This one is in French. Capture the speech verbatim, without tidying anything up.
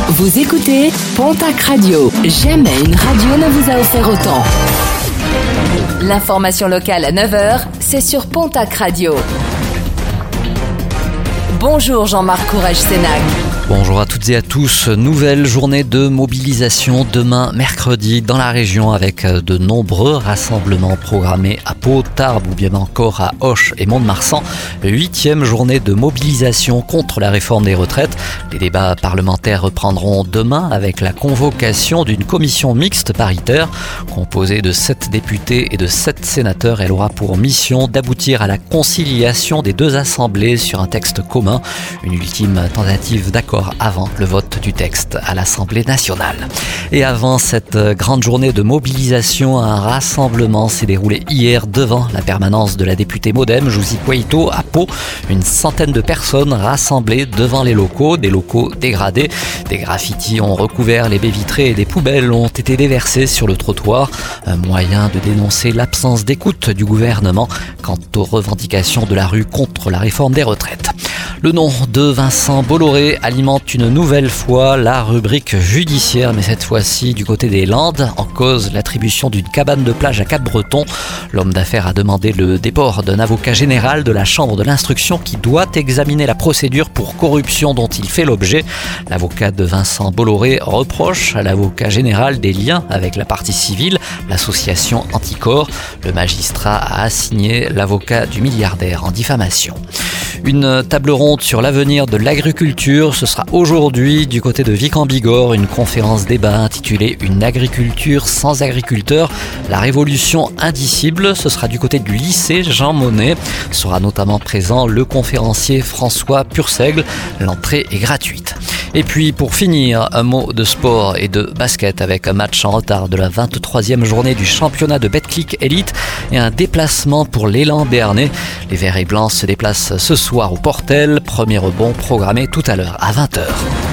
Vous écoutez Pontac Radio. Jamais une radio ne vous a offert autant. L'information locale à neuf heures, c'est sur Pontac Radio. Bonjour Jean-Marc Courage-Sénac. Bonjour à toutes et à tous. Nouvelle journée de mobilisation demain mercredi dans la région avec de nombreux rassemblements programmés à Pau, Tarbes ou bien encore à Auch et Mont-de-Marsan. Huitième journée de mobilisation contre la réforme des retraites. Les débats parlementaires reprendront demain avec la convocation d'une commission mixte paritaire composée de sept députés et de sept sénateurs. Elle aura pour mission d'aboutir à la conciliation des deux assemblées sur un texte commun. Une ultime tentative d'accord avant le vote du texte à l'Assemblée nationale. Et avant cette grande journée de mobilisation, un rassemblement s'est déroulé hier devant la permanence de la députée Modem, Jouzi Cueito, à Pau. Une centaine de personnes rassemblées devant les locaux, des locaux dégradés. Des graffitis ont recouvert les baies vitrées et des poubelles ont été déversées sur le trottoir. Un moyen de dénoncer l'absence d'écoute du gouvernement quant aux revendications de la rue contre la réforme des retraites. Le nom de Vincent Bolloré alimente une nouvelle fois la rubrique judiciaire, mais cette fois-ci du côté des Landes, en cause l'attribution d'une cabane de plage à Cap-Breton. L'homme d'affaires a demandé le déport d'un avocat général de la chambre de l'instruction qui doit examiner la procédure pour corruption dont il fait l'objet. L'avocat de Vincent Bolloré reproche à l'avocat général des liens avec la partie civile, l'association Anticor. Le magistrat a assigné l'avocat du milliardaire en diffamation. Une table ronde sur l'avenir de l'agriculture, ce sera aujourd'hui du côté de Vic-en-Bigorre, une conférence débat intitulée « Une agriculture sans agriculteurs, la révolution indicible ». Ce sera du côté du lycée Jean Monnet. Sera notamment présent le conférencier François Purseigle. L'entrée est gratuite. Et puis pour finir, un mot de sport et de basket avec un match en retard de la vingt-troisième journée du championnat de Betclic Elite et un déplacement pour l'élan béarnais. Les Verts et Blancs se déplacent ce soir au Portel. Premier rebond programmé tout à l'heure à vingt heures.